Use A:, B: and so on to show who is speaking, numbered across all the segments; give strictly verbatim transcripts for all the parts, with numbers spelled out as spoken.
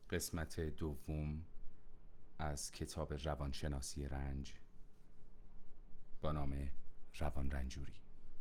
A: قسمت دوم از کتاب روانشناسی رنج با نام روان رنجوری.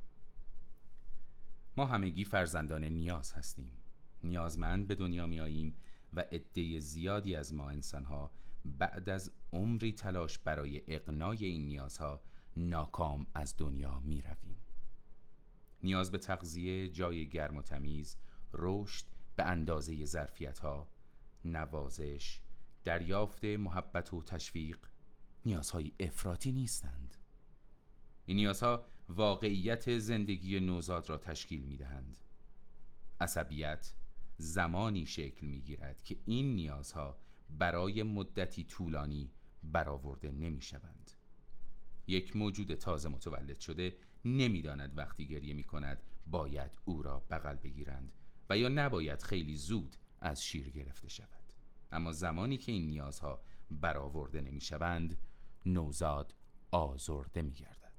A: ما همگی فرزندان نیاز هستیم. نیازمند به دنیا می آییم و عده زیادی از ما انسانها بعد از عمری تلاش برای اقنای این نیازها ناکام از دنیا می رویم. نیاز به تغذیه، جای گرم و تمیز، رشد به اندازه ظرفیت‌ها، نوازش، دریافت محبت و تشویق نیازهای افراطی نیستند. این نیازها واقعیت زندگی نوزاد را تشکیل می‌دهند. عصبیت زمانی شکل می‌گیرد که این نیازها برای مدتی طولانی برآورده نمی‌شوند. یک موجود تازه متولد شده نمی‌داند وقتی گریه می‌کند باید او را بغل بگیرند و یا نباید خیلی زود از شیر گرفته شود. اما زمانی که این نیازها برآورده نمی‌شوند، نوزاد آزرده می‌گردد.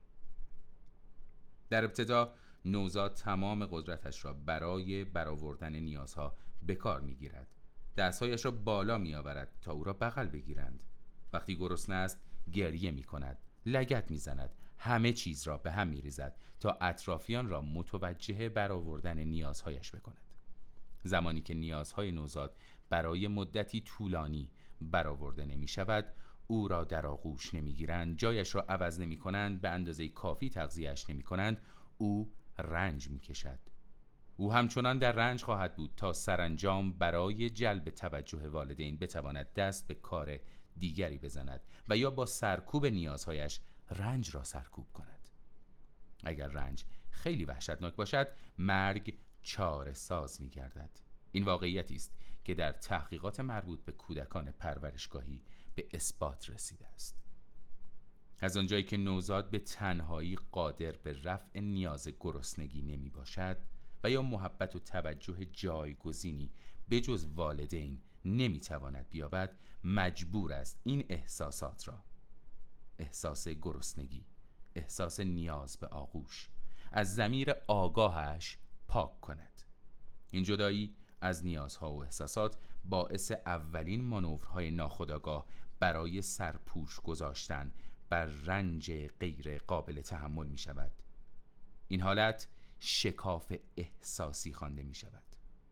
A: در ابتدا نوزاد تمام قدرتش را برای برآوردن نیازها به کار می‌گیرد. دستهایش را بالا می‌آورد تا او را بغل بگیرند. وقتی گرسنه است گریه می‌کند، لگد می‌زند، همه چیز را به هم می‌ریزد تا اطرافیان را متوجه برآوردن نیازهایش بکند. زمانی که نیازهای نوزاد برای مدتی طولانی برآورده نمی‌شود، او را در آغوش نمی‌گیرند، جایش را عوض نمی‌کنند، به اندازه کافی تغذیه‌اش نمی‌کنند، او رنج می‌کشد. او همچنان در رنج خواهد بود تا سرانجام برای جلب توجه والدین بتواند دست به کار دیگری بزند و یا با سرکوب نیازهایش رنج را سرکوب کند. اگر رنج خیلی وحشتناک باشد، مرگ چاره ساز می گردد. این واقعیتی است که در تحقیقات مربوط به کودکان پرورشگاهی به اثبات رسیده است. از آنجایی که نوزاد به تنهایی قادر به رفع نیاز گرسنگی نمی باشد و یا محبت و توجه جایگزینی به جز والدین نمی تواند بیابد، مجبور است این احساسات را، احساس گرسنگی، احساس نیاز به آغوش، از ضمیر آگاهش پاک کند. این جدایی از نیازها و احساسات باعث اولین مانورهای ناخودآگاه برای سرپوش گذاشتن بر رنج غیر قابل تحمل می شود. این حالت شکاف احساسی خوانده می شود.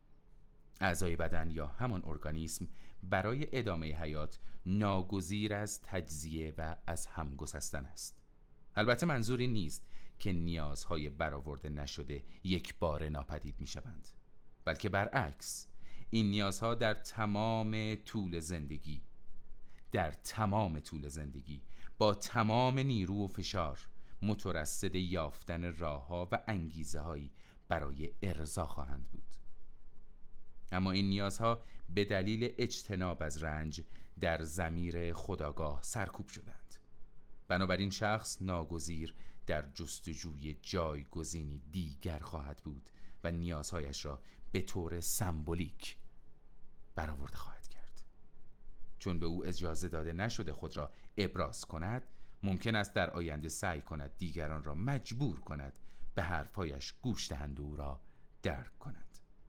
A: اعضای بدن یا همان ارگانیسم برای ادامه حیات ناگزیر از تجزیه و از هم گسستن است. البته منظوری نیست که نیازهای برآورده نشده یک بار ناپدید می شوند، بلکه برعکس، این نیازها در تمام طول زندگی در تمام طول زندگی با تمام نیرو و فشار مترصد یافتن راه‌ها و انگیزه‌هایی برای ارضا خواهند بود. اما این نیازها به دلیل اجتناب از رنج در ضمیر خودآگاه سرکوب شدند. بنابراین شخص ناگزیر در جستجوی جایگزینی دیگر خواهد بود و نیازهایش را به طور سمبولیک برآورده خواهد کرد. چون به او اجازه داده نشده خود را ابراز کند، ممکن است در آینده سعی کند دیگران را مجبور کند به حرفهایش گوش دهند و او را درک کنند.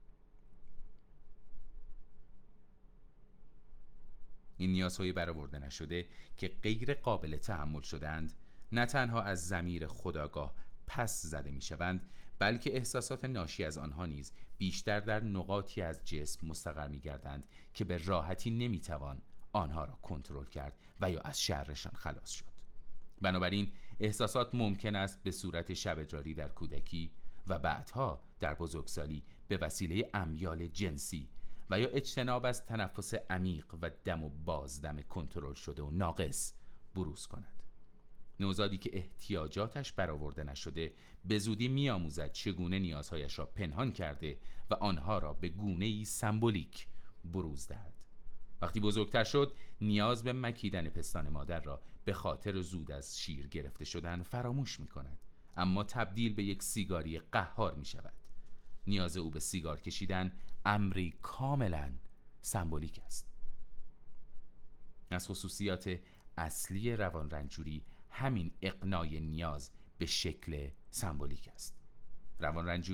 A: این نیازهای برآورده نشده که غیر قابل تحمل شدند، نه تنها از ضمیر خودآگاه پس زده می شوند، بلکه احساسات ناشی از آنها نیز بیشتر در نقاطی از جسم مستقر می گردند که به راحتی نمی توان آنها را کنترل کرد و یا از شرشان خلاص شد. بنابراین احساسات ممکن است به صورت شبه‌جاری در کودکی و بعدها در بزرگسالی به وسیله امیال جنسی و یا اجتناب از تنفس عمیق و دم و بازدم کنترل شده و ناقص بروز کند. نوزادی که احتیاجاتش برآورده نشده به زودی می‌آموزد چگونه نیازهایش را پنهان کرده و آنها را به گونه‌ای سمبولیک بروز دهد. وقتی بزرگتر شد، نیاز به مکیدن پستان مادر را به خاطر زود از شیر گرفته شدن فراموش می کند، اما تبدیل به یک سیگاری قهار می شود. نیاز او به سیگار کشیدن امری کاملا سمبولیک است. از خصوصیات اصلی روان رنجوری همین اقناع نیاز به شکل سمبولیک است. روان رنجوری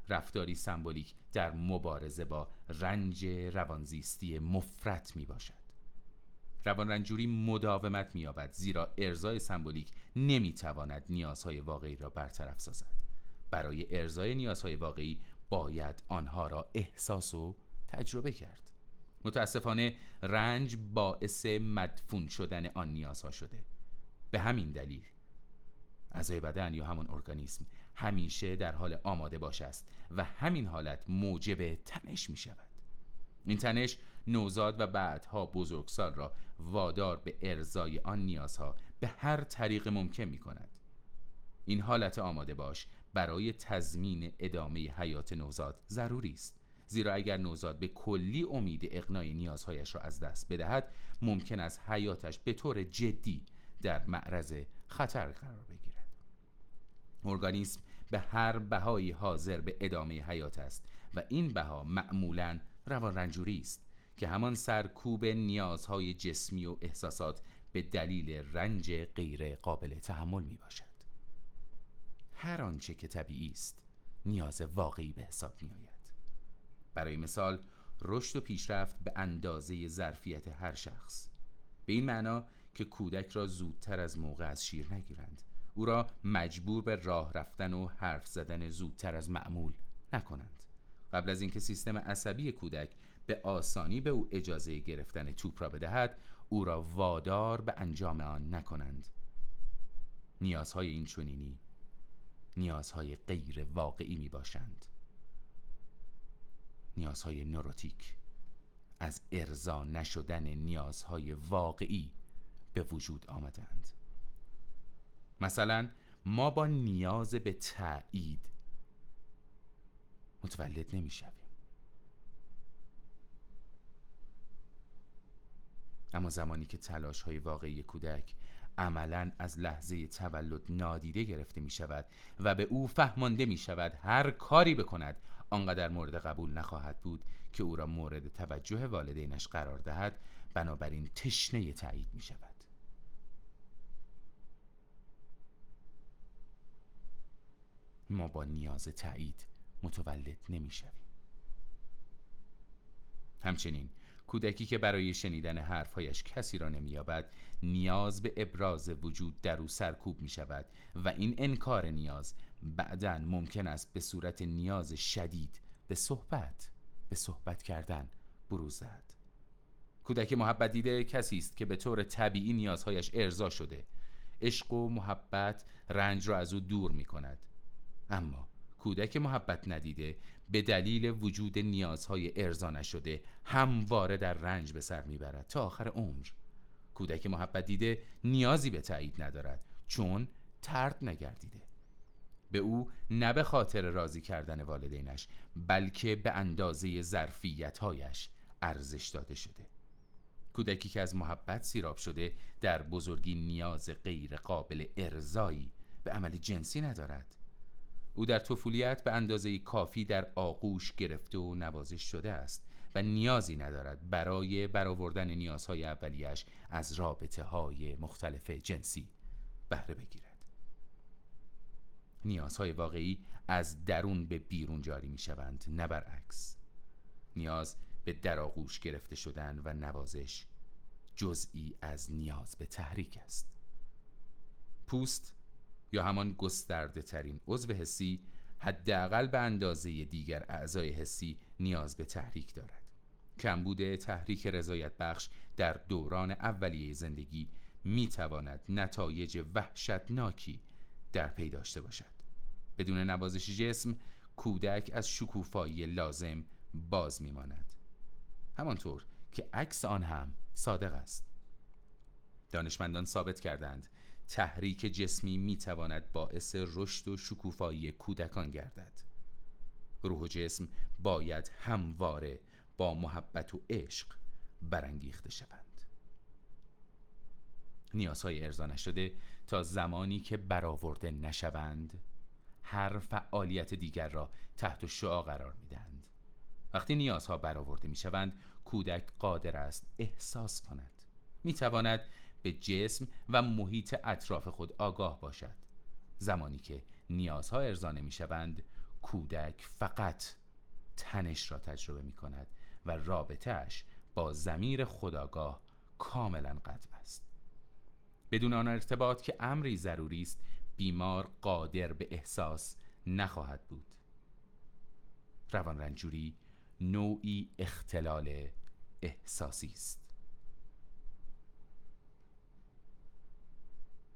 A: رفتاری سمبولیک در مبارزه با رنج روانزیستی مفرط می باشد. روانرنجوری مداومت می یابد زیرا ارضای سمبولیک نمی تواند نیازهای واقعی را برطرف سازد. برای ارضای نیازهای واقعی باید آنها را احساس و تجربه کرد. متاسفانه رنج باعث مدفون شدن آن نیازها شده. به همین دلیل اعضای بدن یا همون ارگانیسم همیشه در حال آماده باش است و همین حالت موجب تنش می شود. این تنش نوزاد و بعدها بزرگسال را وادار به ارضای آن نیازها به هر طریق ممکن می کند. این حالت آماده باش برای تضمین ادامه حیات نوزاد ضروری است، زیرا اگر نوزاد به کلی امید اقناع نیازهایش را از دست بدهد ممکن است حیاتش به طور جدی در معرض خطر قرار بگیرد. ارگانیسم به هر بهایی حاضر به ادامه حیات است و این بها معمولاً روانرنجوری است که همان سرکوب نیازهای جسمی و احساسات به دلیل رنج غیر قابل تحمل می باشد. هر آنچه که طبیعی است نیاز واقعی به حساب می آید. برای مثال رشد و پیشرفت به اندازه ظرفیت هر شخص، به این معنا که کودک را زودتر از موقع از شیر نگیرند، او را مجبور به راه رفتن و حرف زدن زودتر از معمول نکنند، قبل از اینکه سیستم عصبی کودک به آسانی به او اجازه گرفتن توپ را بدهد او را وادار به انجام آن نکنند. نیازهای این چنینی نیازهای غیر واقعی می باشند، نیازهای نوروتیک، از ارضا نشدن نیازهای واقعی به وجود آمدند. مثلا ما با نیاز به تایید متولد نمی شویم، اما زمانی که تلاش های واقعی کودک عملاً از لحظه تولد نادیده گرفته می شود و به او فهمانده می شود هر کاری بکند آنقدر مورد قبول نخواهد بود که او را مورد توجه والدینش قرار دهد، بنابراین تشنه تایید می شود. ما با نیاز تایید متولد نمی شویم. همچنین کودکی که برای شنیدن حرفهایش کسی را نمی‌یابد نیاز به ابراز وجود در او سرکوب می شود و این انکار نیاز بعداً ممکن است به صورت نیاز شدید به صحبت به صحبت کردن بروز دهد. کودک محبت دیده کسی است که به طور طبیعی نیازهایش ارضا شده. عشق و محبت رنج را از او دور می کند. اما کودک محبت ندیده به دلیل وجود نیازهای ارضا نشده همواره در رنج به سر میبرد تا آخر عمر. کودک محبت دیده نیازی به تایید ندارد چون طرد نگردیده. به او نه به خاطر راضی کردن والدینش بلکه به اندازه ظرفیت‌هایش ارزش داده شده. کودکی که از محبت سیراب شده در بزرگی نیاز غیر قابل ارضایی به عمل جنسی ندارد. او در طفولیت به اندازه کافی در آغوش گرفته و نوازش شده است و نیازی ندارد برای برآوردن نیازهای اولیش از رابطه های مختلف جنسی بهره بگیرد. نیازهای واقعی از درون به بیرون جاری می شوند، نه برعکس. نیاز به در آغوش گرفته شدن و نوازش جزئی از نیاز به تحریک است. پوست یا همان گسترده ترین عضو حسی حداقل به اندازه دیگر اعضای حسی نیاز به تحریک دارد. کمبود تحریک رضایت بخش در دوران اولیه زندگی می تواند نتایج وحشتناکی در پی داشته باشد. بدون نوازش جسم کودک از شکوفایی لازم باز می ماند، همانطور که عکس آن هم صادق است. دانشمندان ثابت کردند تحریک جسمی می تواند باعث رشد و شکوفایی کودکان گردد. روح و جسم باید همواره با محبت و عشق برانگیخته شوند. نیازهای ارضا نشده تا زمانی که برآورده نشوند هر فعالیت دیگر را تحت شعاع قرار می دهند. وقتی نیازها برآورده می شوند کودک قادر است احساس کند، می تواند به جسم و محیط اطراف خود آگاه باشد. زمانی که نیازها ارضا نمی شوند کودک فقط تنش را تجربه می کند و رابطه‌اش با ضمیر خودآگاه کاملا قطع است. بدون آن ارتباط که امری ضروری است، بیمار قادر به احساس نخواهد بود. روان رنجوری نوعی اختلال احساسی است.